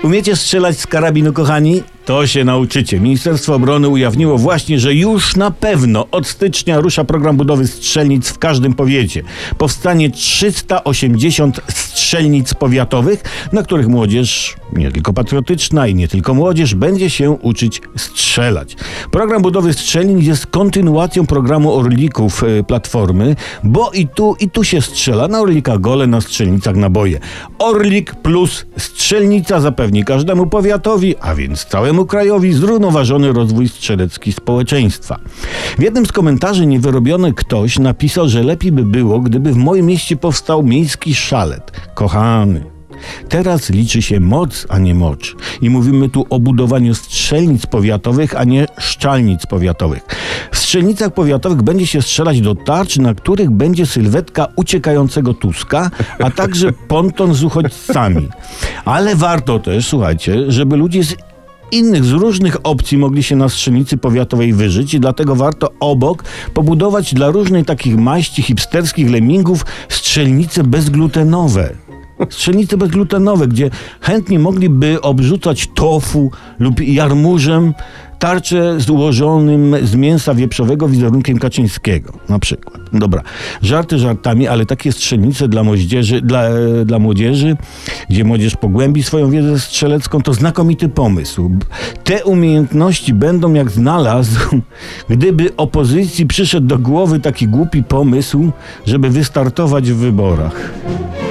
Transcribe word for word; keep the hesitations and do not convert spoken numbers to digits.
Umiecie strzelać z karabinu, kochani? To się nauczycie. Ministerstwo Obrony ujawniło właśnie, że już na pewno od stycznia rusza program budowy strzelnic w każdym powiecie. Powstanie trzysta osiemdziesiąt strzelnic powiatowych, na których młodzież, nie tylko patriotyczna i nie tylko młodzież, będzie się uczyć strzelać. Program budowy strzelnic jest kontynuacją programu Orlików y, Platformy, bo i tu, i tu się strzela. Na Orlikach gole, na strzelnicach naboje. Orlik plus strzelnica zapewni każdemu powiatowi, a więc całemu krajowi, zrównoważony rozwój strzelecki społeczeństwa. W jednym z komentarzy niewyrobiony ktoś napisał, że lepiej by było, gdyby w moim mieście powstał miejski szalet. Kochany, teraz liczy się moc, a nie mocz. I mówimy tu o budowaniu strzelnic powiatowych, a nie szczalnic powiatowych. W strzelnicach powiatowych będzie się strzelać do tarcz, na których będzie sylwetka uciekającego Tuska, a także ponton z uchodźcami. Ale warto też, słuchajcie, żeby ludzie z innych, z różnych opcji mogli się na strzelnicy powiatowej wyżyć i dlatego warto obok pobudować dla różnych takich maści hipsterskich lemmingów strzelnice bezglutenowe. Strzelnice bezglutenowe, gdzie chętnie mogliby obrzucać tofu lub jarmużem tarczę z ułożonym z mięsa wieprzowego wizerunkiem Kaczyńskiego, na przykład. Dobra, żarty żartami, ale takie strzelnice dla młodzieży, dla, dla młodzieży, gdzie młodzież pogłębi swoją wiedzę strzelecką, to znakomity pomysł. Te umiejętności będą jak znalazł, gdyby opozycji przyszedł do głowy taki głupi pomysł, żeby wystartować w wyborach.